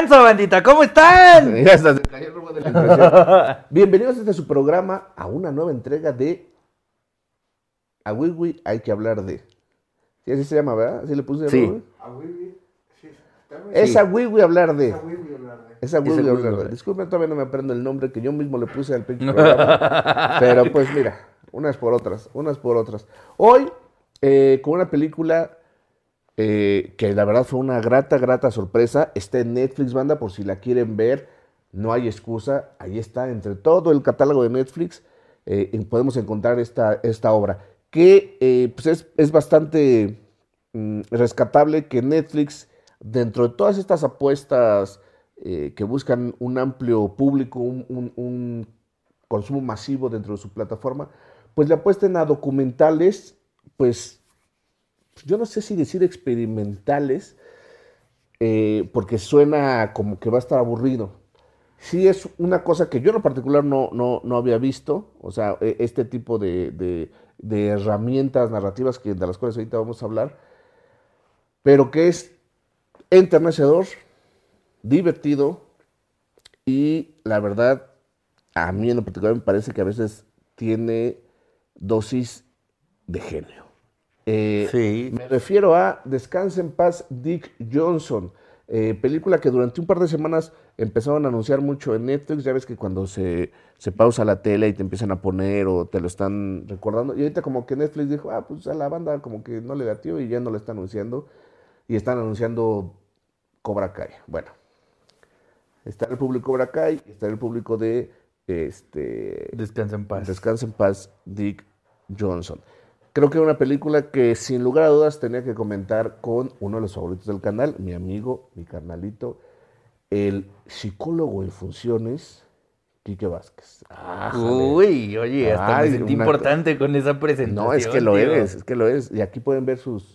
tranza, bandita? ¿Cómo están? Ya hasta se cayó el rumbo de la impresión. Bienvenidos a este su programa, a una nueva entrega de A Wiwi hay que hablar de. Sí, así se llama, ¿verdad? ¿Así le puse el Sí. nombre? A Wiwi, sí. Es A Wiwi hablar de. A Wiwi hablar de. Es A Wiwi Es A Wiwi hablar de. hablar. Disculpen, todavía no me aprendo el nombre que yo mismo le puse al pinche programa. Pero pues mira, unas por otras. Hoy, con una película que la verdad fue una grata sorpresa. Está en Netflix, banda, por si la quieren ver. No hay excusa. Ahí está, entre todo el catálogo de Netflix, podemos encontrar esta obra. Que pues es bastante rescatable que Netflix, dentro de todas estas apuestas que buscan un amplio público, un consumo masivo dentro de su plataforma, pues le apuesten a documentales, pues yo no sé si decir experimentales, porque suena como que va a estar aburrido. Sí es una cosa que yo en lo particular no había visto, o sea, este tipo de herramientas narrativas de las cuales ahorita vamos a hablar, pero que es enternecedor, divertido y la verdad, a mí en lo particular me parece que a veces tiene dosis de genio. Sí. Me refiero a Descanse en paz, Dick Johnson, película que durante un par de semanas empezaron a anunciar mucho en Netflix. Ya ves que cuando se pausa la tele y te empiezan a poner o te lo están recordando, y ahorita como que Netflix dijo, pues a la banda como que no le latió y ya no la está anunciando, y están anunciando Cobra Kai. Bueno, está el público Cobra Kai, está el público de Descansa en paz. Descansa en paz, Dick Johnson. Creo que es una película que sin lugar a dudas tenía que comentar con uno de los favoritos del canal, mi amigo, mi carnalito, el psicólogo en funciones, Quique Vázquez. Uy, oye, hasta Ay, me sentí una importante con esa presentación. No, es que lo tío. es. Y aquí pueden ver sus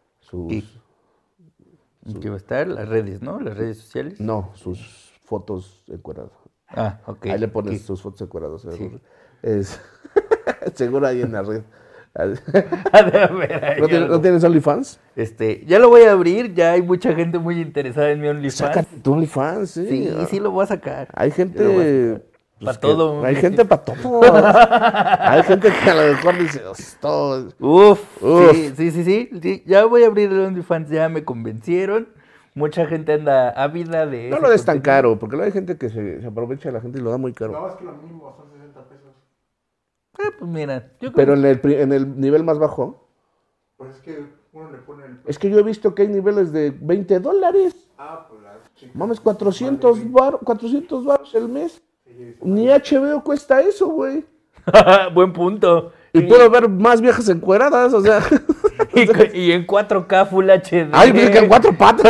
¿En qué va a estar? Las redes, ¿no? Las redes sociales. no, sus fotos encueradas. Ah, ok. Ahí le pones Ok. sus fotos encueradas. Sí. Seguro ahí en la red. A ver, hay ¿No algo. tienes OnlyFans? Ya lo voy a abrir, ya hay mucha gente muy interesada en mi OnlyFans. Sácate tu OnlyFans, sí. Sí, lo voy a sacar. Hay Yo lo voy a gente. sacar. Pa' todo. Hay gente para todo. Hay gente que a lo mejor dice, todo. Uf. Uf. Sí, ya voy a abrir el OnlyFans, ya me convencieron. Mucha gente anda ávida de No ese lo des tan contenido. caro, porque luego hay gente que se aprovecha de la gente y lo da muy caro. No, es que lo mínimo son 60 pesos. Pues mira, yo creo Pero en el nivel más bajo, Pues es que uno le pone el. es que yo he visto que hay niveles de $20. Pues la chica. Mames, 400 baros el mes. Sí, Ni HBO cuesta eso, güey. buen punto. Y puedo ver más viejas encueradas, o sea. Y en 4K Full HD. Ay, pues que en 4 patas.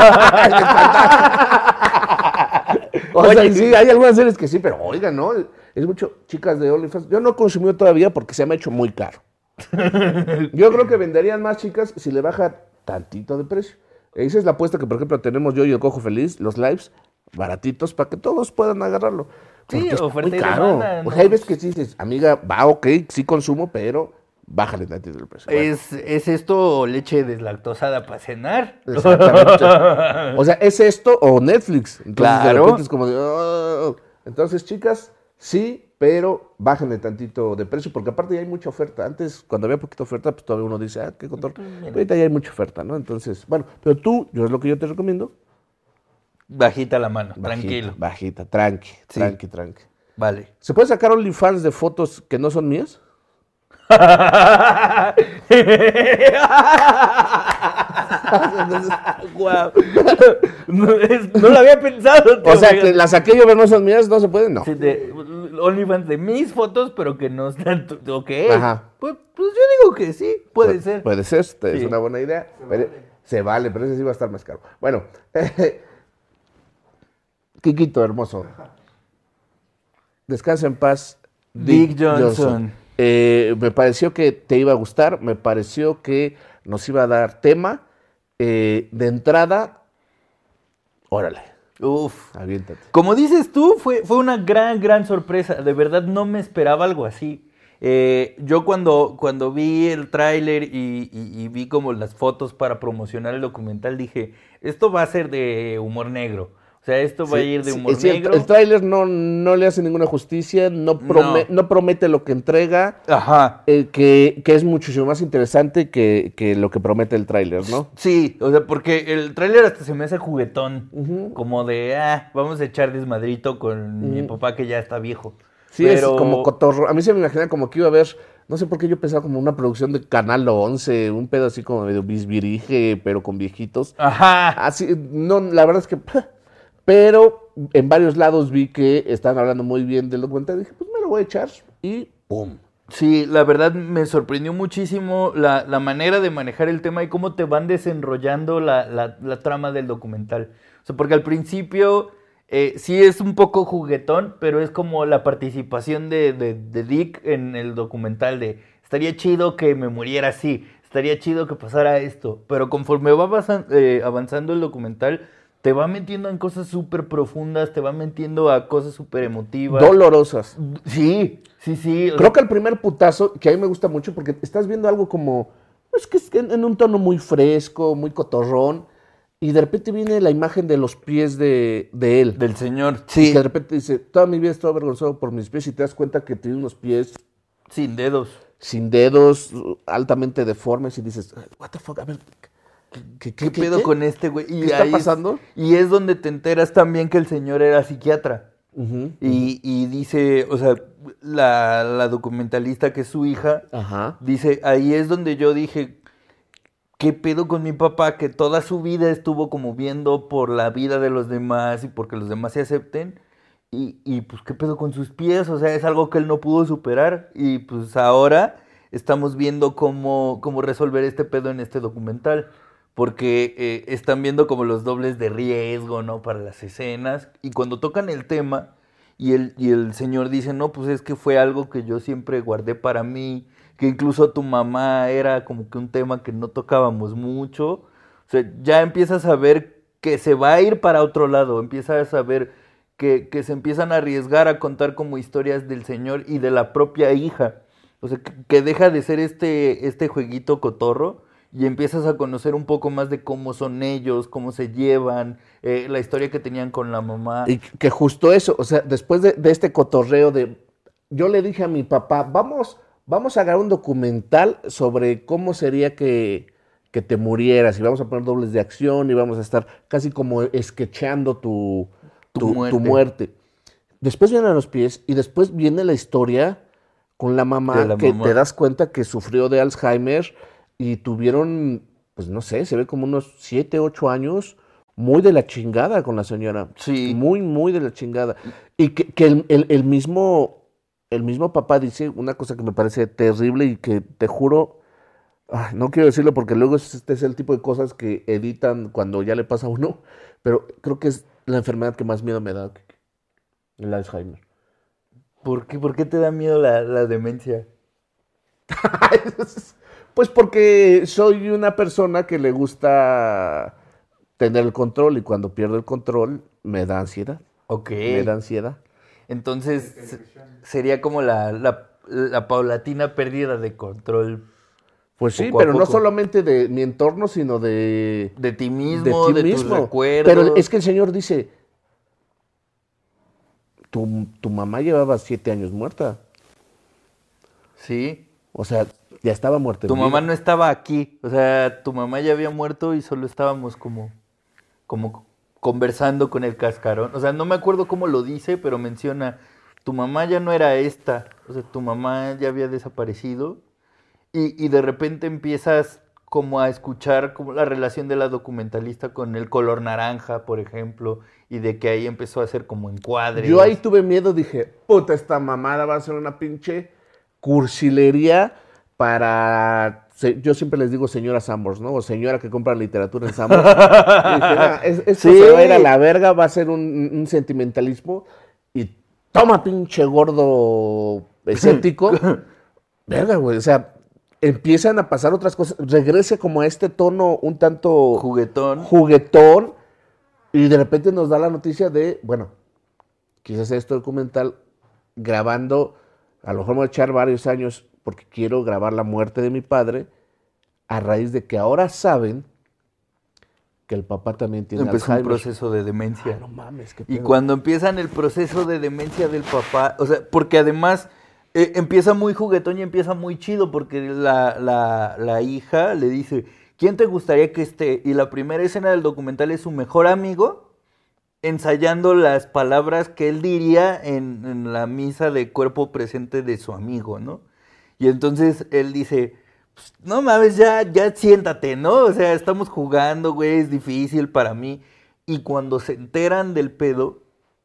O sea, Oye, sí, hay algunas series que sí, pero oigan, ¿no? Es mucho, chicas de OnlyFans. Yo no he consumido todavía porque se me ha hecho muy caro. Yo creo que venderían más chicas si le baja tantito de precio. Esa es la apuesta que, por ejemplo, tenemos yo y el Cojo Feliz, los lives baratitos para que todos puedan agarrarlo. Sí, Porque está oferta muy y caro. demanda, O ¿no? sea, hay veces que sí dices, amiga, va, ok, sí consumo, pero bájale tantito el precio. Bueno, ¿Es esto leche deslactosada para cenar? exactamente. O sea, ¿es esto o Netflix? Entonces, Claro. de repente es como de, "Oh". Entonces, chicas, sí, pero bájenle tantito de precio, porque aparte ya hay mucha oferta. Antes, cuando había poquita oferta, pues todavía uno dice, qué cotorro. Pero ahorita ya hay mucha oferta, ¿no? Entonces, bueno, pero tú, yo es lo que yo te recomiendo. Bajita la mano, Bajita, tranquilo. Bajita, tranqui. Sí. ¿Se puede sacar OnlyFans de fotos que no son mías? Guau. No lo había pensado. O sea, tío, que las saqué yo, pero no son mías, no se puede, no. sí, OnlyFans de mis fotos, pero que no están. Ok. Ajá. Pues yo digo que sí, puede ser. Puede ser, es Sí. una buena idea. Se vale, pero ese sí va a estar más caro. Bueno, Quiquito, hermoso. Descansa en paz, Dick Johnson. Me pareció que te iba a gustar, me pareció que nos iba a dar tema. De entrada, órale, Uf. aviéntate. Como dices tú, fue una gran sorpresa. De verdad no me esperaba algo así. Yo cuando vi el tráiler y vi como las fotos para promocionar el documental, dije, esto va a ser de humor negro. O sea, esto va a ir de humor es cierto, negro. el tráiler no le hace ninguna justicia, no promete lo que entrega, Ajá. que es muchísimo más interesante que lo que promete el tráiler, ¿no? Sí, o sea, porque el tráiler hasta se me hace juguetón. Ujú. Como de, vamos a echar desmadrito con mi papá que ya está viejo. Sí, es como cotorro. A mí se me imagina como que iba a haber, no sé por qué yo pensaba como una producción de Canal 11, un pedo así como medio bisbirige, pero con viejitos. Ajá. Así, no, la verdad es que, pero en varios lados vi que estaban hablando muy bien del documental. Dije, pues me lo voy a echar y ¡pum! Sí, la verdad me sorprendió muchísimo la manera de manejar el tema y cómo te van desenrollando la trama del documental. O sea, porque al principio sí es un poco juguetón, pero es como la participación de Dick en el documental de estaría chido que me muriera así, estaría chido que pasara esto, pero conforme va avanzando el documental, te va metiendo en cosas súper profundas, te va metiendo a cosas súper emotivas. Dolorosas. Sí, sí, sí. Creo que el primer putazo, que a mí me gusta mucho, porque estás viendo algo como, es que es en un tono muy fresco, muy cotorrón, y de repente viene la imagen de los pies de él. Del señor, Y sí. que de repente dice, toda mi vida he estado avergonzado por mis pies, y te das cuenta que tiene unos pies Sin dedos. sin dedos, altamente deformes, y dices, what the fuck, a ver, ¿Qué pedo con este güey? ¿Qué está pasando? Y es donde te enteras también que el señor era psiquiatra. Ujú. Y dice, o sea, la documentalista que es su hija, Ajá. dice, ahí es donde yo dije, ¿qué pedo con mi papá? Que toda su vida estuvo como viendo por la vida de los demás y porque los demás se acepten. Y pues, ¿qué pedo con sus pies? O sea, es algo que él no pudo superar. Y pues ahora estamos viendo cómo resolver este pedo en este documental. Porque están viendo como los dobles de riesgo, ¿no? Para las escenas. Y cuando tocan el tema y el señor dice, no, pues es que fue algo que yo siempre guardé para mí. Que incluso tu mamá era como que un tema que no tocábamos mucho. O sea, ya empiezas a ver que se va a ir para otro lado. Empiezas a ver que se empiezan a arriesgar a contar como historias del señor y de la propia hija. O sea, que deja de ser este jueguito cotorro y empiezas a conocer un poco más de cómo son ellos, cómo se llevan, la historia que tenían con la mamá. Y que justo eso, o sea, después de este cotorreo yo le dije a mi papá, vamos a hacer un documental sobre cómo sería que te murieras y vamos a poner dobles de acción y vamos a estar casi como sketcheando tu muerte. Después vienen los pies y después viene la historia con la mamá que te das cuenta que sufrió de Alzheimer y tuvieron, pues no sé, se ve como unos 7, 8 años muy de la chingada con la señora. Sí. Muy, muy de la chingada. Y que el mismo papá dice una cosa que me parece terrible y que te juro, no quiero decirlo porque luego este es el tipo de cosas que editan cuando ya le pasa a uno, pero creo que es la enfermedad que más miedo me da, el Alzheimer. ¿Por qué? ¿Por qué te da miedo la demencia? Pues porque soy una persona que le gusta tener el control y cuando pierdo el control me da ansiedad. Ok. Me da ansiedad. Entonces sería como la paulatina pérdida de control. Pues sí, poco a pero no poco. solamente de mi entorno, sino de ti mismo, de tus recuerdos. Pero es que el señor dice, tu mamá llevaba 7 años muerta. Sí. O sea, ya estaba muerta. Tu mamá no estaba aquí. O sea, tu mamá ya había muerto y solo estábamos como conversando con el cascarón. O sea, no me acuerdo cómo lo dice, pero menciona, tu mamá ya no era esta. O sea, tu mamá ya había desaparecido. Y de repente empiezas como a escuchar como la relación de la documentalista con el color naranja, por ejemplo, y de que ahí empezó a hacer como encuadres. Yo ahí tuve miedo, dije, puta, esta mamada va a ser una pinche cursilería para... Yo siempre les digo señora Sambors, ¿no? O señora que compra literatura en Sambors. Y dije, nah, esto Sí. se va a ir a la verga, va a ser un sentimentalismo. Y toma, pinche gordo escéptico. Verga, güey, o sea, empiezan a pasar otras cosas. Regrese como a este tono un tanto... Juguetón. Y de repente nos da la noticia de, bueno, quise hacer este documental grabando, a lo mejor me voy a echar varios años porque quiero grabar la muerte de mi padre, a raíz de que ahora saben que el papá también tiene Empezó un Alzheimer. proceso de demencia. No mames, qué Y pedo. cuando empiezan el proceso de demencia del papá, o sea, porque además empieza muy juguetón y empieza muy chido, porque la hija le dice, ¿quién te gustaría que esté? Y la primera escena del documental es su mejor amigo ensayando las palabras que él diría en la misa de cuerpo presente de su amigo, ¿no? Y entonces él dice, pues, no mames, ya siéntate, ¿no? O sea, estamos jugando, güey, es difícil para mí. Y cuando se enteran del pedo,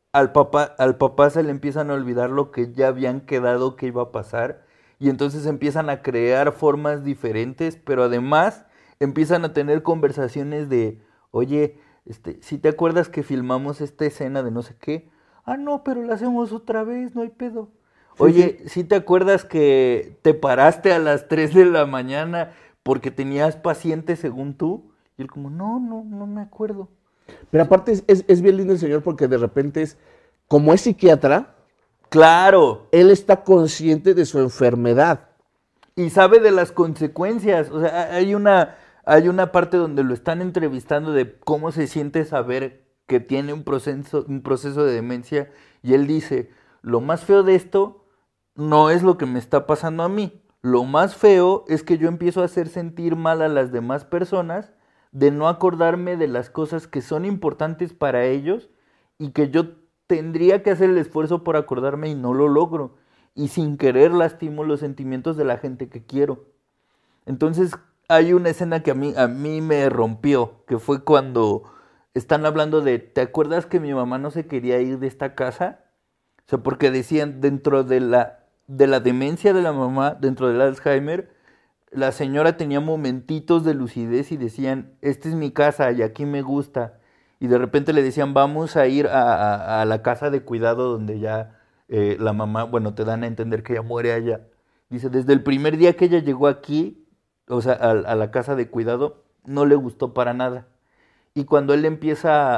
al papá se le empiezan a olvidar lo que ya habían quedado que iba a pasar. Y entonces empiezan a crear formas diferentes, pero además empiezan a tener conversaciones de, oye, si te acuerdas que filmamos esta escena de no sé qué, ah, no, pero la hacemos otra vez, no hay pedo. Sí, Oye, si te acuerdas que te paraste a las 3 de la mañana porque tenías pacientes según tú? Y él como, no me acuerdo. Pero aparte es bien lindo el señor porque de repente como es psiquiatra, Claro, él está consciente de su enfermedad. y sabe de las consecuencias. O sea, hay una parte donde lo están entrevistando de cómo se siente saber que tiene un proceso de demencia y él dice, lo más feo de esto no es lo que me está pasando a mí. Lo más feo es que yo empiezo a hacer sentir mal a las demás personas de no acordarme de las cosas que son importantes para ellos y que yo tendría que hacer el esfuerzo por acordarme y no lo logro. Y sin querer lastimo los sentimientos de la gente que quiero. Entonces hay una escena que a mí me rompió, que fue cuando están hablando de, ¿te acuerdas que mi mamá no se quería ir de esta casa? O sea, porque decían dentro de la demencia de la mamá, dentro del Alzheimer, la señora tenía momentitos de lucidez y decían, esta es mi casa y aquí me gusta. Y de repente le decían, vamos a ir a la casa de cuidado donde ya la mamá, bueno, te dan a entender que ella muere allá. Dice, desde el primer día que ella llegó aquí, o sea, a la casa de cuidado, no le gustó para nada. Y cuando él empieza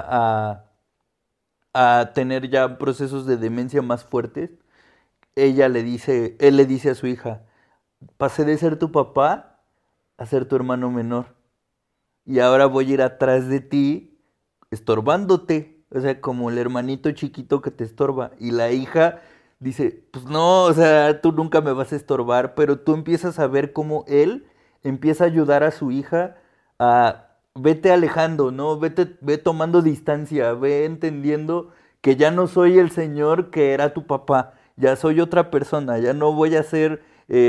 a tener ya procesos de demencia más fuertes, él le dice a su hija, pasé de ser tu papá a ser tu hermano menor. Y ahora voy a ir atrás de ti estorbándote. O sea, como el hermanito chiquito que te estorba. Y la hija dice, pues no, o sea, tú nunca me vas a estorbar, pero tú empiezas a ver cómo él empieza a ayudar a su hija a vete alejando, ¿no? Ve tomando distancia, ve entendiendo que ya no soy el señor que era tu papá, ya soy otra persona, ya no voy a ser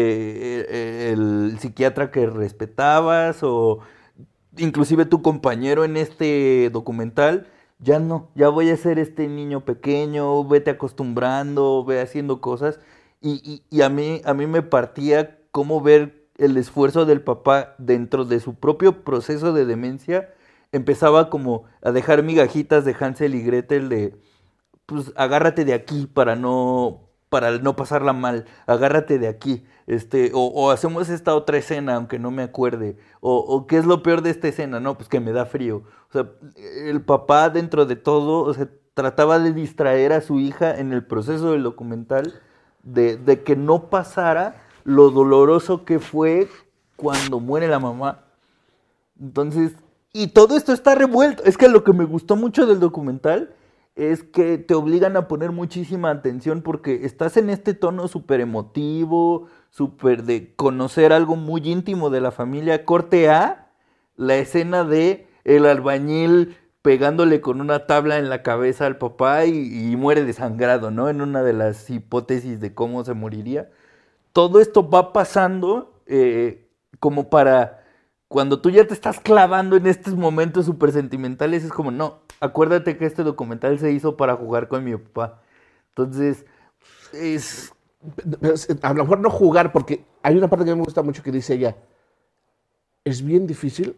el psiquiatra que respetabas o inclusive tu compañero en este documental, ya no, ya voy a ser este niño pequeño, vete acostumbrando, ve haciendo cosas. Y a mí me partía cómo ver el esfuerzo del papá dentro de su propio proceso de demencia. Empezaba como a dejar migajitas de Hansel y Gretel de, pues agárrate de aquí para no pasarla mal, agárrate de aquí, o hacemos esta otra escena aunque no me acuerde, o qué es lo peor de esta escena, no, pues que me da frío. O sea, el papá dentro de todo, o sea, trataba de distraer a su hija en el proceso del documental de que no pasara lo doloroso que fue cuando muere la mamá. Entonces, y todo esto está revuelto. Es que lo que me gustó mucho del documental es que te obligan a poner muchísima atención porque estás en este tono súper emotivo, súper de conocer algo muy íntimo de la familia. Corte A, la escena de el albañil pegándole con una tabla en la cabeza al papá y muere desangrado, ¿no? En una de las hipótesis de cómo se moriría. Todo esto va pasando como para cuando tú ya te estás clavando en estos momentos súper sentimentales, es como, no, acuérdate que este documental se hizo para jugar con mi papá. Entonces, es... A lo mejor no jugar, porque hay una parte que me gusta mucho que dice ella, es bien difícil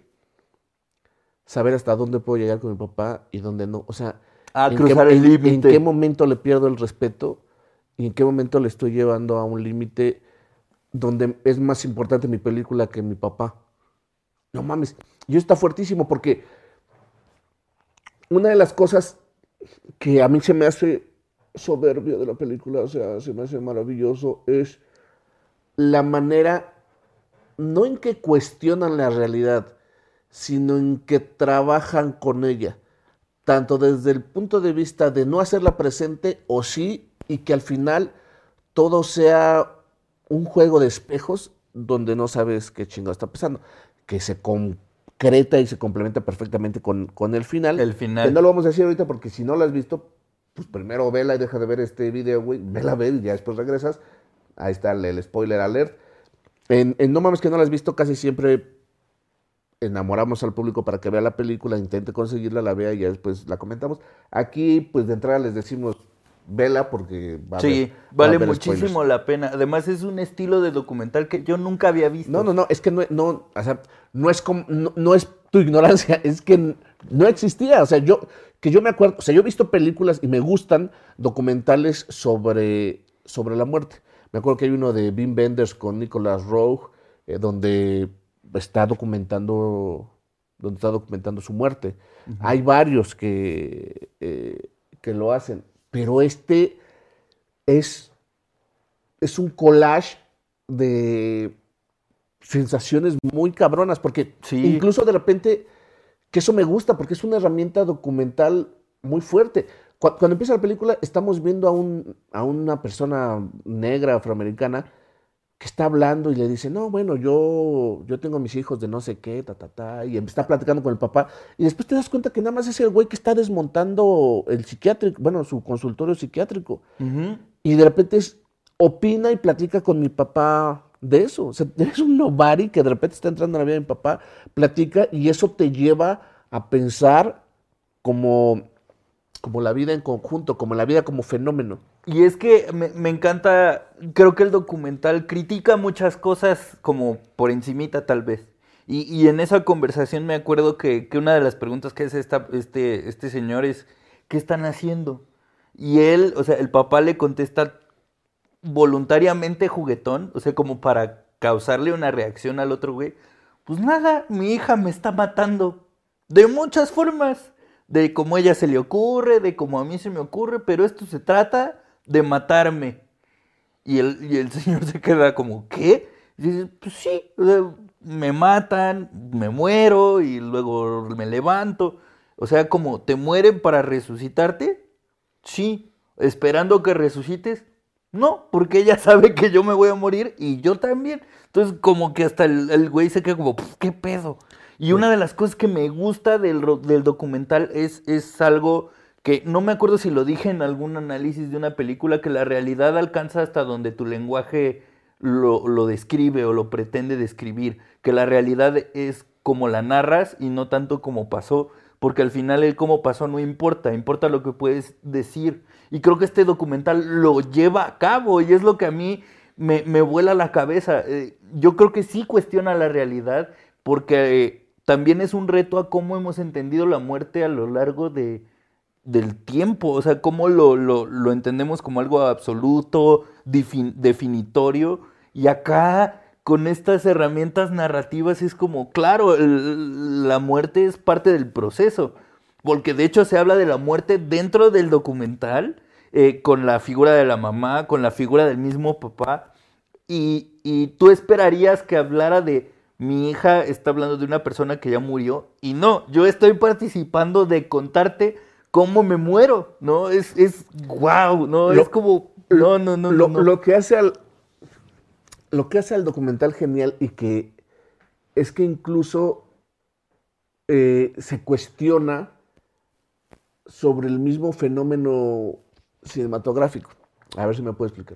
saber hasta dónde puedo llegar con mi papá y dónde no. O sea, cruzar el límite. en qué momento le pierdo el respeto y en qué momento le estoy llevando a un límite donde es más importante mi película que mi papá. No mames, y está fuertísimo porque una de las cosas que a mí se me hace soberbio de la película, o sea, se me hace maravilloso, es la manera, no en que cuestionan la realidad, sino en que trabajan con ella, tanto desde el punto de vista de no hacerla presente o sí, y que al final todo sea un juego de espejos donde no sabes qué chingado está pasando, que se concreta y se complementa perfectamente con el final. El Que final. no lo vamos a decir ahorita porque si no lo has visto, pues primero vela y deja de ver este video, güey, vela a ver y ya después regresas. Ahí está el spoiler alert. En No Mames que no la has visto, casi siempre enamoramos al público para que vea la película, intente conseguirla, la vea y ya después la comentamos. Aquí, pues de entrada les decimos, vela porque va a Sí, va a vale haber muchísimo spoilers. la pena. Además es un estilo de documental que yo nunca había visto. No, es que o sea, no es como, no es tu ignorancia, es que no existía. O sea, que yo me acuerdo, o sea, yo he visto películas y me gustan documentales sobre la muerte. Me acuerdo que hay uno de Wim Wenders con Nicolas Roeg, donde está documentando, su muerte. Hay varios que lo hacen, pero este es, es un collage de sensaciones muy cabronas, porque Sí. incluso de repente, que eso me gusta, porque es una herramienta documental muy fuerte. Cuando empieza la película, estamos viendo a una persona negra, afroamericana, que está hablando y le dice, no, bueno, yo tengo mis hijos de no sé qué, y está platicando con el papá, y después te das cuenta que nada más es el güey que está desmontando el psiquiátrico, bueno, su consultorio psiquiátrico, Ujú. y de repente opina y platica con mi papá de eso. O sea, eres un nobody que de repente está entrando en la vida de mi papá, platica y eso te lleva a pensar como, como la vida en conjunto, como la vida como fenómeno. Y es que me encanta, creo que el documental critica muchas cosas como por encimita tal vez. Y en esa conversación me acuerdo que una de las preguntas que hace este señor es, ¿qué están haciendo? Y él, o sea, el papá le contesta voluntariamente juguetón, o sea, como para causarle una reacción al otro güey. Pues nada, mi hija me está matando. De muchas formas. De cómo a ella se le ocurre, de cómo a mí se me ocurre, pero esto se trata de matarme. Y el señor se queda como, ¿qué? Y dice, pues sí, o sea, me matan, me muero y luego me levanto. O sea, como te mueren para resucitarte, sí. Esperando que resucites, no, porque ella sabe que yo me voy a morir y yo también. Entonces, como que hasta el güey se queda como, ¿qué pedo? Y una de las cosas que me gusta del documental es algo que no me acuerdo si lo dije en algún análisis de una película, que la realidad alcanza hasta donde tu lenguaje lo describe o lo pretende describir, que la realidad es como la narras y no tanto como pasó, porque al final el cómo pasó no importa, importa lo que puedes decir. Y creo que este documental lo lleva a cabo y es lo que a mí me vuela la cabeza. Yo creo que sí cuestiona la realidad porque también es un reto a cómo hemos entendido la muerte a lo largo del tiempo, o sea, cómo lo entendemos como algo absoluto, definitorio, y acá con estas herramientas narrativas es como, claro, la muerte es parte del proceso, porque de hecho se habla de la muerte dentro del documental, con la figura de la mamá, con la figura del mismo papá, y tú esperarías que hablara de mi hija está hablando de una persona que ya murió, y no, yo estoy participando de contarte cómo me muero, ¿no? Es wow, ¿no? Es Lo, como, no, no, no, no, lo, no. lo que hace al documental genial y que es que incluso se cuestiona sobre el mismo fenómeno cinematográfico. A ver si me puedo explicar.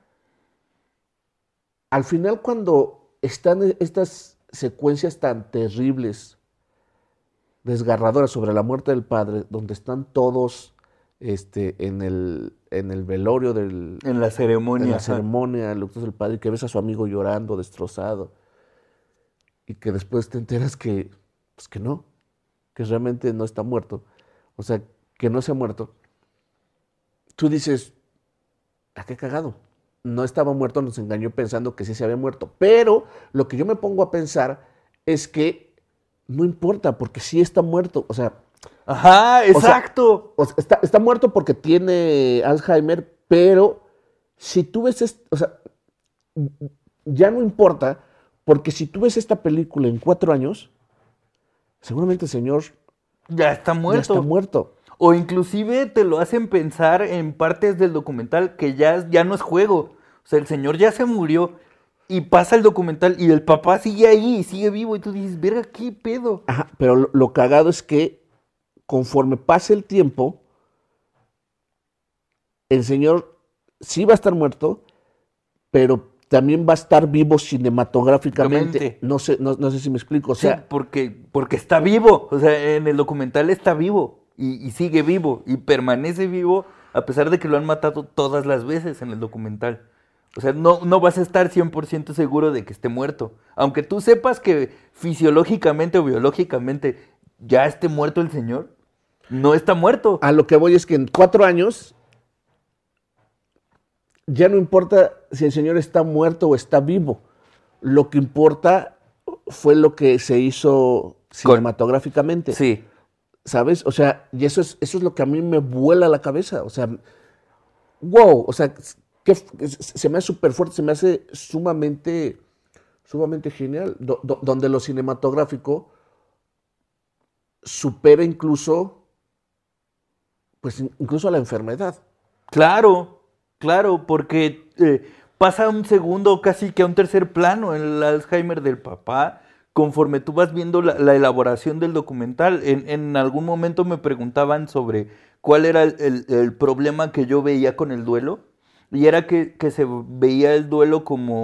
Al final, cuando están estas secuencias tan terribles, desgarradoras sobre la muerte del padre, donde están todos en el velorio En la en ceremonia, la ajá. ceremonia, el doctor del padre, que ves a su amigo llorando, destrozado, y que después te enteras que, pues que no, que realmente no está muerto, o sea, que no se ha muerto, tú dices, ¿a qué cagado? No estaba muerto, nos engañó pensando que sí se había muerto. Pero lo que yo me pongo a pensar es que no importa, porque sí está muerto. Ajá, O sea, exacto. está muerto porque tiene Alzheimer, pero si tú ves, o sea, ya no importa, porque si tú ves esta película en 4 años, seguramente el señor Ya está ya muerto. está muerto. O inclusive te lo hacen pensar en partes del documental que ya no es juego. O sea, el señor ya se murió y pasa el documental y el papá sigue ahí y sigue vivo y tú dices, verga, ¿qué pedo? Ajá, pero lo cagado es que conforme pase el tiempo, el señor sí va a estar muerto, pero también va a estar vivo cinematográficamente. Exactamente. No sé si me explico. O Sí, sea, porque está vivo. O sea, en el documental está vivo y sigue vivo y permanece vivo a pesar de que lo han matado todas las veces en el documental. O sea, no vas a estar 100% seguro de que esté muerto. Aunque tú sepas que fisiológicamente o biológicamente ya esté muerto el señor, no está muerto. a lo que voy es que en 4 años ya no importa si el señor está muerto o está vivo. Lo que importa fue lo que se hizo cinematográficamente. Sí. ¿Sabes? O sea, y eso es lo que a mí me vuela la cabeza. O sea, wow. O sea, se me hace súper fuerte, se me hace sumamente genial. Donde lo cinematográfico supera incluso, pues incluso a la enfermedad. Claro, claro, porque pasa a un segundo, casi que a un tercer plano el Alzheimer del papá, conforme tú vas viendo la elaboración del documental. En algún momento me preguntaban sobre cuál era el problema que yo veía con el duelo, y era que se veía el duelo como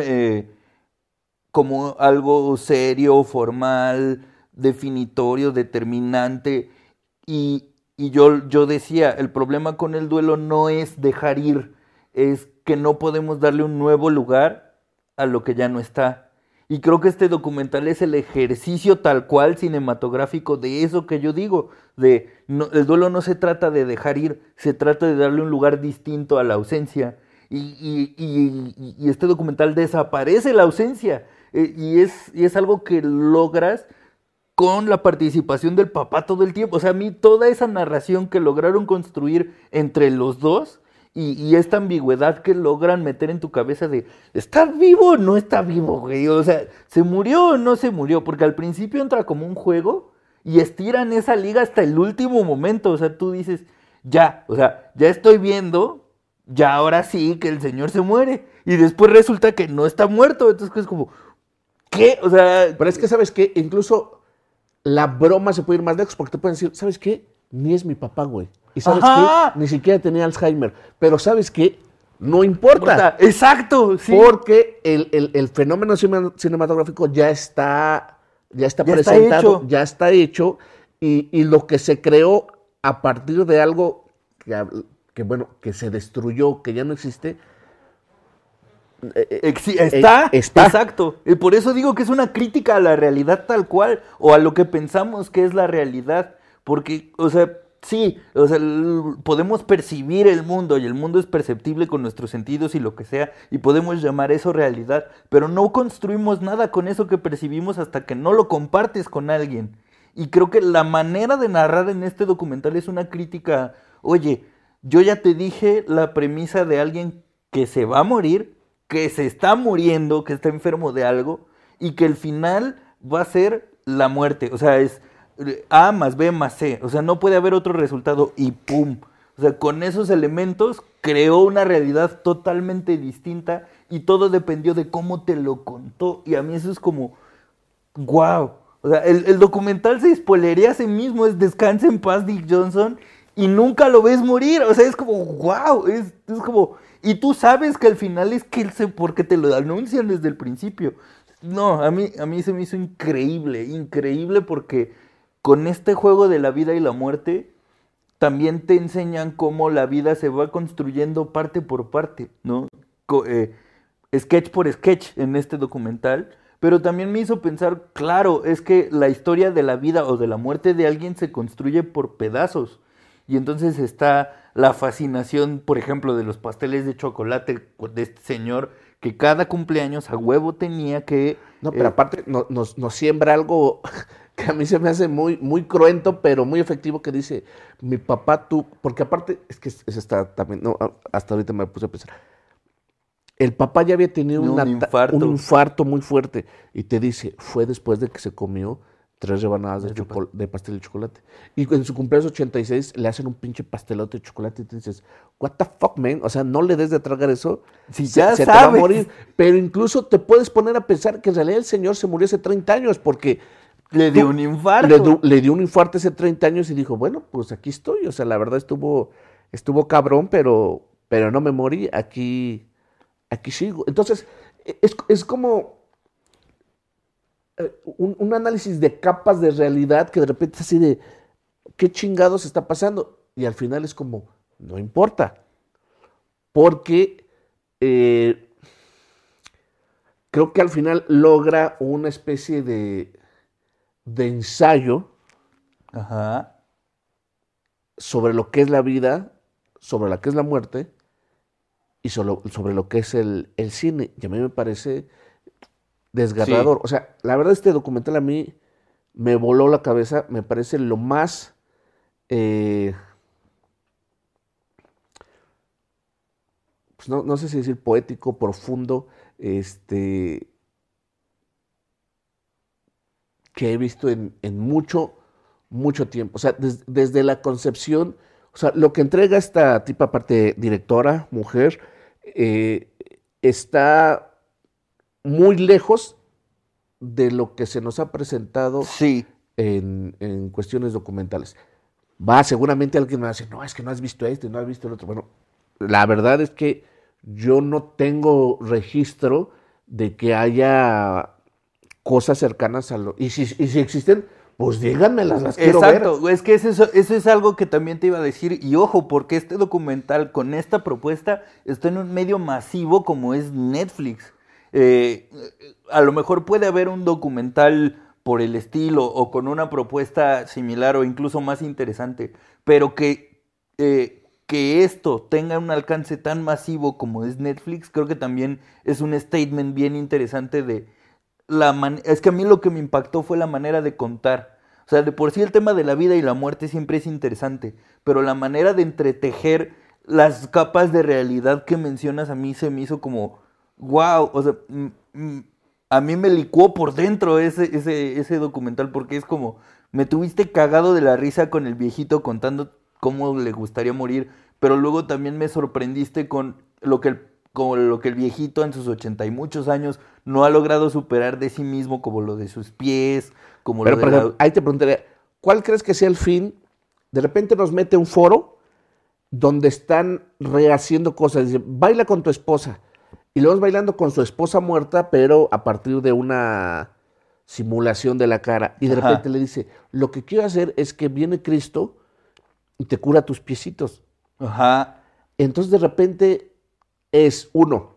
como algo serio, formal, definitorio, determinante. Y yo decía, el problema con el duelo no es dejar ir, es que no podemos darle un nuevo lugar a lo que ya no está. Y creo que este documental es el ejercicio tal cual cinematográfico de eso que yo digo, el duelo no se trata de dejar ir, se trata de darle un lugar distinto a la ausencia. Y este documental desaparece la ausencia. Y es algo que logras con la participación del papá todo el tiempo. O sea, a mí toda esa narración que lograron construir entre los dos y esta ambigüedad que logran meter en tu cabeza de, ¿está vivo o no está vivo, güey? O sea, ¿se murió o no se murió? Porque al principio entra como un juego y estiran esa liga hasta el último momento. O sea, tú dices, ya, o sea, ya estoy viendo, ya ahora sí que el señor se muere. Y después resulta que no está muerto. Entonces es como, ¿qué? O sea, Pero es que, ¿sabes qué? Incluso la broma se puede ir más lejos porque te pueden decir, ¿sabes qué? Ni es mi papá, güey. Y ¿sabes Ajá. qué? Ni siquiera tenía Alzheimer. Pero ¿sabes qué? No importa. exacto, sí. Porque el fenómeno cinematográfico ya está Ya está presentado, hecho. ya está hecho. Y lo que se creó a partir de algo bueno, que se destruyó, que ya no existe, Está, está. exacto. Y por eso digo que es una crítica a la realidad tal cual, o a lo que pensamos que es la realidad. Porque, o sea, sí, o sea, podemos percibir el mundo y el mundo es perceptible con nuestros sentidos y lo que sea, y podemos llamar eso realidad, pero no construimos nada con eso que percibimos hasta que no lo compartes con alguien. Y creo que la manera de narrar en este documental es una crítica, oye, yo ya te dije la premisa de alguien que se va a morir, que se está muriendo, que está enfermo de algo, y que el final va a ser la muerte. O sea, es A más B más C. O sea, no puede haber otro resultado y ¡pum! O sea, con esos elementos creó una realidad totalmente distinta y todo dependió de cómo te lo contó. Y a mí eso es como, wow. O sea, el documental se spoilería a sí mismo, es Descansa en paz, Dick Johnson, y nunca lo ves morir. O sea, es como, wow, es como... Y tú sabes que al final es que él se... porque te lo anuncian desde el principio. No, a mí se me hizo increíble, increíble porque con este juego de la vida y la muerte también te enseñan cómo la vida se va construyendo parte por parte, ¿no? Sketch por sketch en este documental, pero también me hizo pensar, claro, es que la historia de la vida o de la muerte de alguien se construye por pedazos. Y entonces está la fascinación, por ejemplo, de los pasteles de chocolate de este señor que cada cumpleaños a huevo tenía que... No, pero aparte nos siembra algo que a mí se me hace muy cruento, pero muy efectivo, que dice, mi papá, tú, porque aparte, es que eso está también, no, hasta ahorita me puse a pensar, el papá ya había tenido Un infarto. un infarto muy fuerte, y te dice, fue después de que se comió 3 rebanadas de pastel de chocolate. Y en su cumpleaños 86 le hacen un pinche pastelote de chocolate y te dices, what the fuck, man? O sea, no le des de tragar eso. Si ya se te va a sabes. morir. Pero incluso te puedes poner a pensar que en realidad el señor se murió hace 30 años porque Le dio un infarto. le dio un infarto hace 30 años y dijo, bueno, pues aquí estoy. O sea, la verdad estuvo cabrón, pero no me morí. Aquí sigo. Entonces, es como un análisis de capas de realidad que de repente es así de, ¿qué chingados está pasando? Y al final es como, no importa. Porque creo que al final logra una especie de ensayo Ajá. sobre lo que es la vida, sobre lo que es la muerte y sobre lo que es el cine. Y a mí me parece desgarrador. Sí. O sea, la verdad este documental a mí me voló la cabeza, me parece lo más... pues no sé si decir poético, profundo, que he visto en mucho, mucho tiempo. O sea, desde la concepción, o sea, lo que entrega esta tipa, aparte directora, mujer, está muy lejos de lo que se nos ha presentado Sí. en cuestiones documentales. Seguramente alguien me va a decir, no, es que no has visto este, no has visto el otro. Bueno, la verdad es que yo no tengo registro de que haya cosas cercanas a lo... Y si existen, pues díganmelas, las quiero ver. Exacto, es que eso es algo que también te iba a decir. Y ojo, porque este documental con esta propuesta está en un medio masivo como es Netflix. A lo mejor puede haber un documental por el estilo o con una propuesta similar o incluso más interesante, pero que esto tenga un alcance tan masivo como es Netflix, creo que también es un statement bien interesante de es que a mí lo que me impactó fue la manera de contar. O sea, de por sí el tema de la vida y la muerte siempre es interesante, pero la manera de entretejer las capas de realidad que mencionas a mí se me hizo como, wow, o sea, a mí me licuó por dentro ese documental porque es como, me tuviste cagado de la risa con el viejito contando cómo le gustaría morir, pero luego también me sorprendiste con lo que el viejito en sus 80 y muchos años no ha logrado superar de sí mismo, como lo de sus pies, como Pero, lo por de ejemplo, ahí te preguntaría, ¿cuál crees que sea el fin? De repente nos mete un foro donde están rehaciendo cosas. Dice, baila con tu esposa. Y luego es bailando con su esposa muerta, pero a partir de una simulación de la cara. Y de Ajá. repente le dice, lo que quiero hacer es que viene Cristo y te cura tus piecitos. Ajá. Entonces de repente es uno,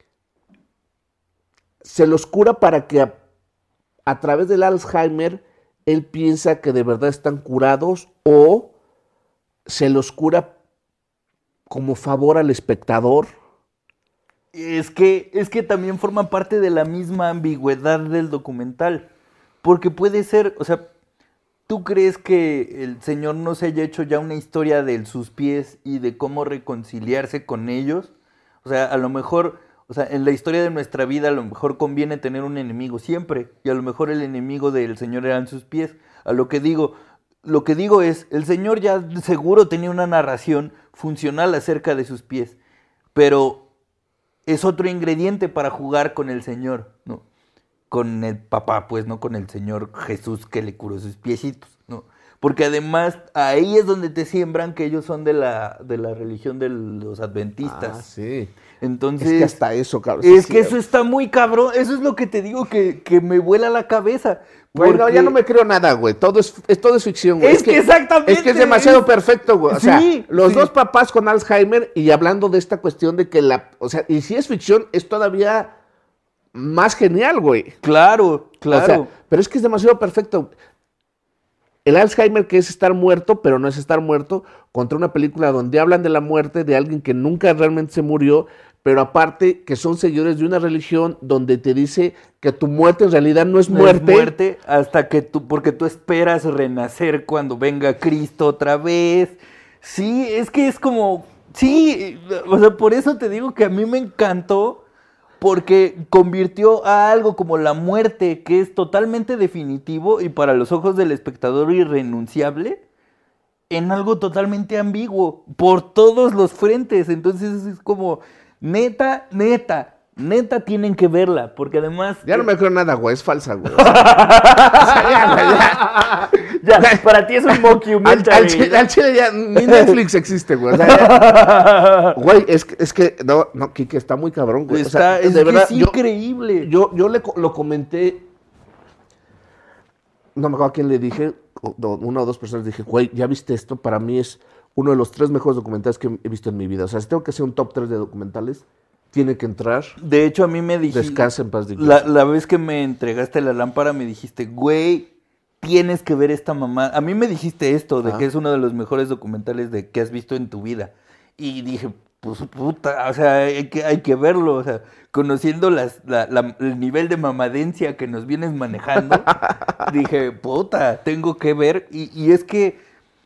se los cura para que a través del Alzheimer él piensa que de verdad están curados o se los cura como favor al espectador. Es que también forma parte de la misma ambigüedad del documental. Porque puede ser, o sea, ¿tú crees que el Señor no se haya hecho ya una historia de sus pies y de cómo reconciliarse con ellos? O sea, a lo mejor, o sea, en la historia de nuestra vida a lo mejor conviene tener un enemigo siempre. Y a lo mejor el enemigo del Señor eran sus pies. Lo que digo es, el Señor ya seguro tenía una narración funcional acerca de sus pies. Pero es otro ingrediente para jugar con el Señor, ¿no? Con el papá, pues, no con el Señor Jesús que le curó sus piecitos, ¿no? Porque además ahí es donde te siembran que ellos son de la religión de los adventistas. Ah, sí. Entonces, Es que hasta eso, cabrón. es que eso está muy cabrón, eso es lo que te digo que me vuela la cabeza. Güey, no, porque- ya no me creo nada, güey. Todo es ficción, güey. Es que exactamente, Es que es demasiado perfecto, güey. O sea, Sí, los sí. dos papás con Alzheimer y hablando de esta cuestión de que o sea, y si es ficción, es todavía más genial, güey. Claro, claro. O sea, pero es que es demasiado perfecto. El Alzheimer, que es estar muerto, pero no es estar muerto, contra una película donde hablan de la muerte de alguien que nunca realmente se murió, pero aparte que son seguidores de una religión donde te dice que tu muerte en realidad no es No muerte. es muerte hasta que porque tú esperas renacer cuando venga Cristo otra vez. Sí, es que es como, sí, o sea, por eso te digo que a mí me encantó, porque convirtió a algo como la muerte, que es totalmente definitivo y para los ojos del espectador irrenunciable, en algo totalmente ambiguo, por todos los frentes. Entonces es como, neta tienen que verla, porque además... Ya no me creo nada, güey, es falsa, güey. O sea, Ya, para ti es un mockumentary. al chile ya, ni Netflix existe, güey. O sea, güey, es que, no, Kike, está muy cabrón, güey. O sea, Es de que verdad, es increíble. Yo lo comenté, no me acuerdo a quién le dije, una o dos personas dije, güey, ¿ya viste esto? Para mí es uno de los 3 mejores documentales que he visto en mi vida. O sea, si tengo que hacer un top 3 de documentales, tiene que entrar. De hecho, a mí me dijiste... Descansa en paz, digamos. La vez que me entregaste la lámpara, me dijiste, güey, tienes que ver esta mamá. A mí me dijiste esto, de que es uno de los mejores documentales que has visto en tu vida. Y dije, pues puta, o sea, hay que verlo. O sea, conociendo el nivel de mamadencia que nos vienes manejando, dije, puta, tengo que ver. Y es que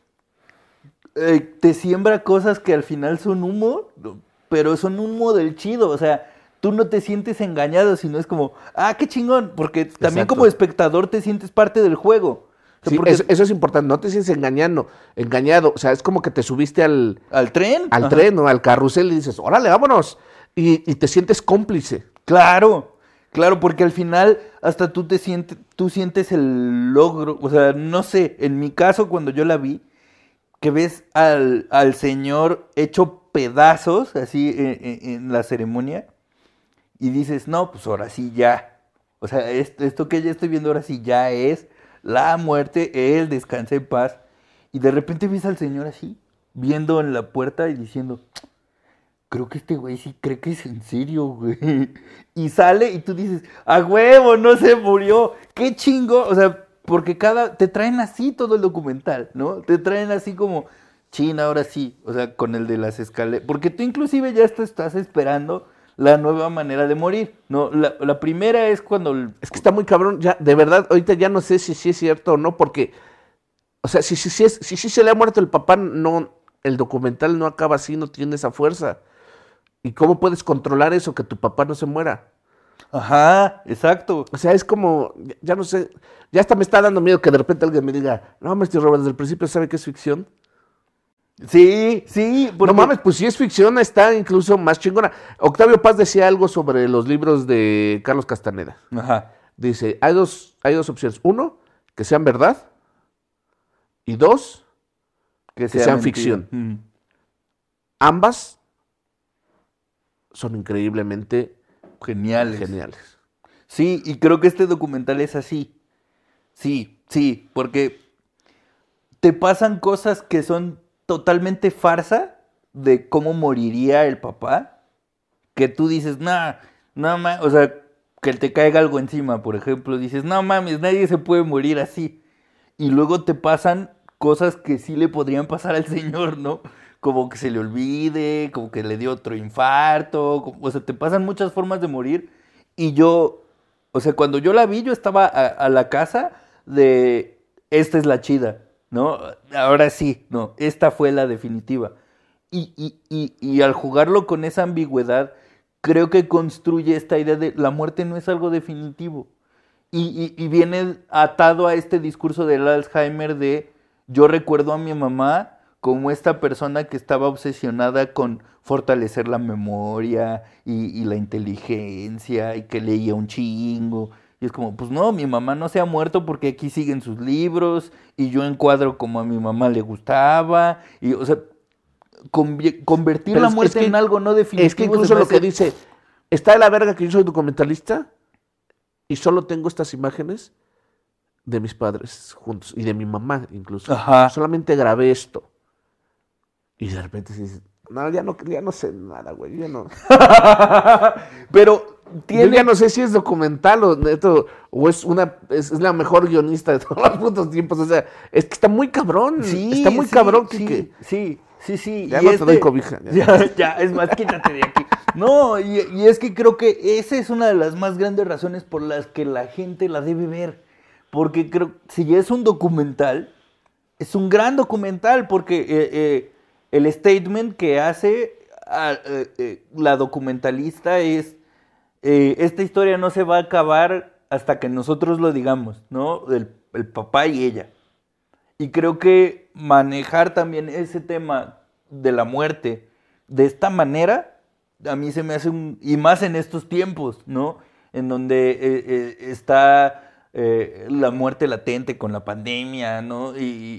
te siembra cosas que al final son humo, pero son humo del chido. O sea, tú no te sientes engañado, sino es como, qué chingón, porque también Exacto. como espectador te sientes parte del juego. O sea, Sí, porque eso es importante, no te sientes engañado, o sea, es como que te subiste al tren. Ajá. tren o al carrusel y dices, órale, vámonos, y te sientes cómplice. Claro, porque al final hasta tú sientes el logro, o sea, no sé, en mi caso cuando yo la vi, que ves al señor hecho pedazos, así en la ceremonia, y dices, no, pues ahora sí ya. O sea, esto que ya estoy viendo ahora sí ya es la muerte, él descansa en paz. Y de repente ves al señor así, viendo en la puerta y diciendo, creo que este güey sí cree que es en serio, güey. Y sale y tú dices, a huevo, no se murió. Qué chingo. O sea, porque te traen así todo el documental, ¿no? Te traen así como, chin, ahora sí. O sea, con el de las escaleras. Porque tú inclusive ya estás esperando la nueva manera de morir, ¿no? La primera es cuando... Es que está muy cabrón, ya, de verdad, ahorita ya no sé si sí es cierto o no, porque, o sea, si se le ha muerto el papá, no, el documental no acaba así, no tiene esa fuerza. ¿Y cómo puedes controlar eso, que tu papá no se muera? Ajá, exacto. O sea, es como, ya no sé, ya hasta me está dando miedo que de repente alguien me diga, no mames, tío Robert, desde el principio sabe que es ficción. Sí, porque... No mames, pues si es ficción está incluso más chingona. Octavio Paz decía algo sobre los libros de Carlos Castaneda. Ajá. Dice, hay dos opciones. 1, que sean verdad. Y 2, que sean mentira. ficción. Ambas son increíblemente Geniales. Sí, y creo que este documental es así. Sí, porque te pasan cosas que son totalmente farsa de cómo moriría el papá, que tú dices, no mames, o sea, que te caiga algo encima, por ejemplo, dices, no mames, nadie se puede morir así. Y luego te pasan cosas que sí le podrían pasar al señor, ¿no? Como que se le olvide, como que le dio otro infarto, o sea, te pasan muchas formas de morir. Y yo, o sea, cuando yo la vi, yo estaba a la casa de, esta es la chida, ¿no? Ahora sí, no, esta fue la definitiva. Y al jugarlo con esa ambigüedad, creo que construye esta idea de la muerte no es algo definitivo. Y viene atado a este discurso del Alzheimer de yo recuerdo a mi mamá como esta persona que estaba obsesionada con fortalecer la memoria y la inteligencia y que leía un chingo. Y es como, pues no, mi mamá no se ha muerto porque aquí siguen sus libros y yo encuadro como a mi mamá le gustaba. Y, o sea, convertir Pero la muerte en algo no definitivo. Es que incluso lo que dice, está de la verga que yo soy documentalista y solo tengo estas imágenes de mis padres juntos y de mi mamá incluso. Ajá. Solamente grabé esto. Y de repente se dice, no, ya no sé nada, güey, ya no. Pero Yo ya no sé si es documental o es la mejor guionista de todos los putos tiempos. O sea, es que está muy cabrón. Sí, está muy cabrón, Kike. Sí. Ya no te doy cobija. Ya, es más, quítate de aquí. No, y es que creo que esa es una de las más grandes razones por las que la gente la debe ver. Porque creo, si ya es un documental, es un gran documental, porque el statement que hace la documentalista es, esta historia no se va a acabar hasta que nosotros lo digamos, ¿no? El papá y ella. Y creo que manejar también ese tema de la muerte de esta manera, a mí se me hace y más en estos tiempos, ¿no? En donde está la muerte latente con la pandemia, ¿no?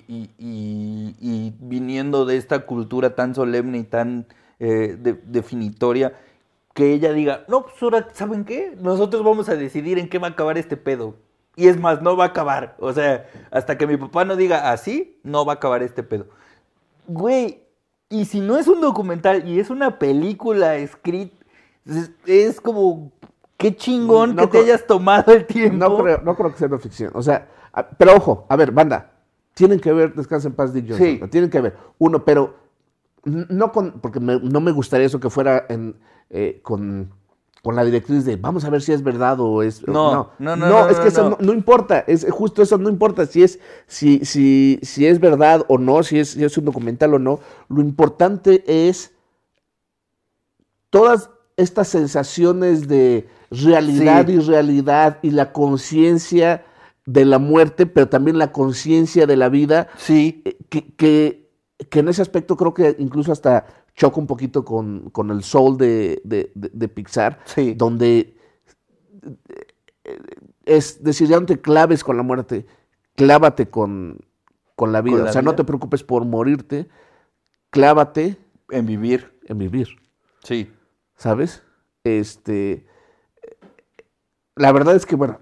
Y viniendo de esta cultura tan solemne y tan definitoria, que ella diga, no, pues ahora, ¿saben qué? Nosotros vamos a decidir en qué va a acabar este pedo. Y es más, no va a acabar. O sea, hasta que mi papá no diga así, no va a acabar este pedo. Güey, y si no es un documental y es una película escrita, es como, qué chingón No que te creo- hayas tomado el tiempo. No creo que sea una ficción. O sea, pero ojo, a ver, banda, tienen que ver Descansa en paz, Dick Johnson. Sí. Tienen que ver. Uno, pero no porque no me gustaría eso que fuera con la directriz de vamos a ver si es verdad o es. No, es que eso no importa. Es justo eso, no importa si es verdad o no, si es un documental o no. Lo importante es todas estas sensaciones de realidad, Sí. irrealidad y la conciencia de la muerte, pero también la conciencia de la vida, Sí, que en ese aspecto creo que incluso hasta choca un poquito con el Soul de Pixar, sí. donde es decir, ya no te claves con la muerte, clávate con la vida. Con la O sea, no vida. te preocupes por morirte, clávate En vivir. en vivir. Sí. ¿Sabes? La verdad es que, bueno,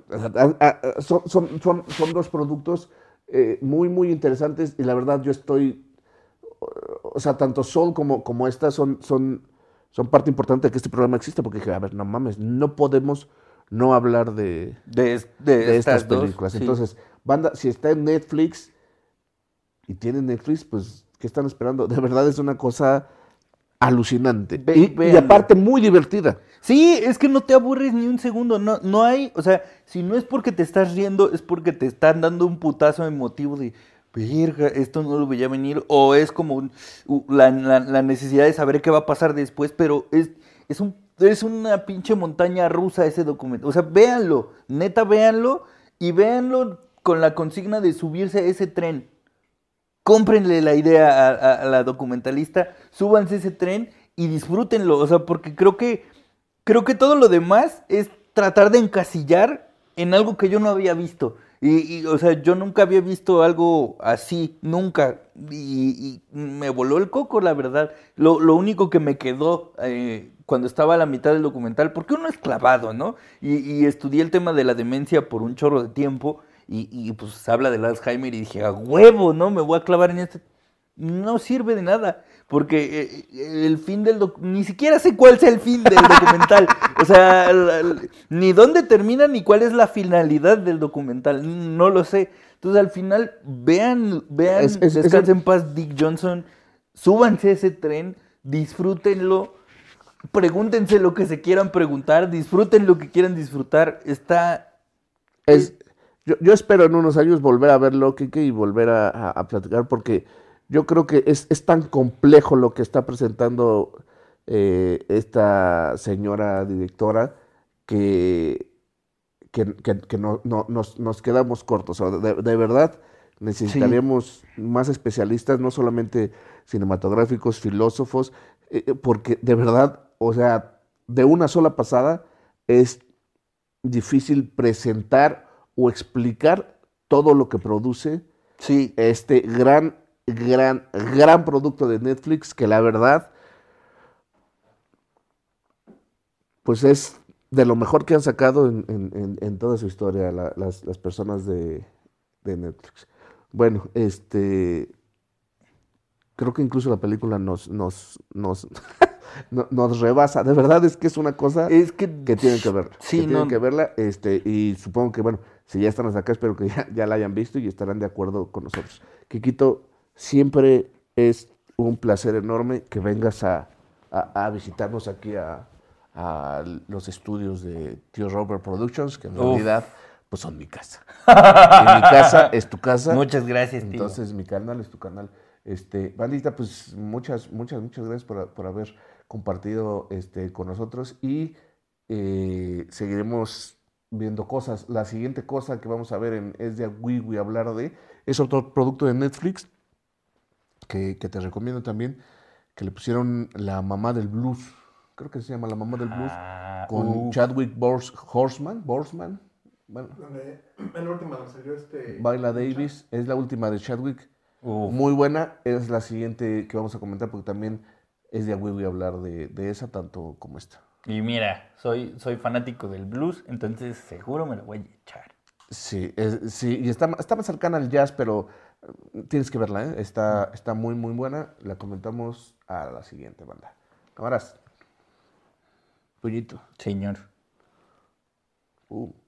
son dos productos muy, muy interesantes y la verdad yo estoy, o sea, tanto Soul como esta son parte importante de que este programa exista porque dije, a ver, no mames, no podemos no hablar de De estas estas dos. películas. Sí. Entonces, banda, si está en Netflix y tienen Netflix, pues, ¿qué están esperando? De verdad es una cosa alucinante. Y Véanlo. aparte muy divertida. Sí, es que no te aburres ni un segundo, no hay, o sea, si no es porque te estás riendo, es porque te están dando un putazo emotivo de, verga, esto no lo veía venir, o es como la necesidad de saber qué va a pasar después, pero es una pinche montaña rusa ese documento, o sea, véanlo, neta véanlo, y véanlo con la consigna de subirse a ese tren. Cómprenle la idea a la documentalista, súbanse a ese tren y disfrútenlo, o sea, porque creo que todo lo demás es tratar de encasillar en algo que yo no había visto. O sea, yo nunca había visto algo así, nunca. Y me voló el coco, la verdad. Lo único que me quedó cuando estaba a la mitad del documental, porque uno es clavado, ¿no? Y estudié el tema de la demencia por un chorro de tiempo. Pues habla del Alzheimer y dije, a huevo, ¿no? Me voy a clavar en este. No sirve de nada, porque el fin ni siquiera sé cuál sea el fin del documental. O sea, ni dónde termina ni cuál es la finalidad del documental. No lo sé. Entonces, al final, vean Descansa en paz, Dick Johnson. Súbanse a ese tren, disfrútenlo. Pregúntense lo que se quieran preguntar, disfruten lo que quieran disfrutar. Yo espero en unos años volver a verlo, Kike, y volver a platicar, porque yo creo que es tan complejo lo que está presentando esta señora directora que nos quedamos cortos. O sea, de verdad necesitaríamos más especialistas, no solamente cinematográficos, filósofos, porque de verdad, o sea, de una sola pasada es difícil presentar o explicar todo lo que produce Sí. este gran producto de Netflix que la verdad pues es de lo mejor que han sacado en toda su historia las personas de Netflix. Bueno, creo que incluso la película nos rebasa. De verdad es que es una cosa Es que tienen que verla. sí, Que tienen no. que verla, y supongo que, bueno, si ya están hasta acá, espero que ya la hayan visto y estarán de acuerdo con nosotros. Kikito, siempre es un placer enorme que vengas a visitarnos aquí a los estudios de Tío Robert Productions, que en realidad pues son mi casa. Y mi casa es tu casa. Muchas gracias, tío. Entonces mi canal es tu canal. Bandita, pues muchas gracias por haber compartido con nosotros y seguiremos viendo cosas. La siguiente cosa que vamos a ver Es de a Wiwi hablar de, es otro producto de Netflix que te recomiendo también, que le pusieron La Mamá del Blues, creo que se llama La Mamá del Blues, Ah, con Chadwick Boseman, bueno, Donde en la última donde salió Viola Lucha. Davis, es la última de Chadwick, uf. muy buena, es la siguiente que vamos a comentar porque también es de a huevo hablar de esa tanto como esta. Y mira, soy fanático del blues, entonces seguro me lo voy a echar. Sí, sí, y está más cercana al jazz, pero tienes que verla, ¿eh? Está muy, muy buena. La comentamos a la siguiente, banda. Cámaras, puñito. Señor. Uh.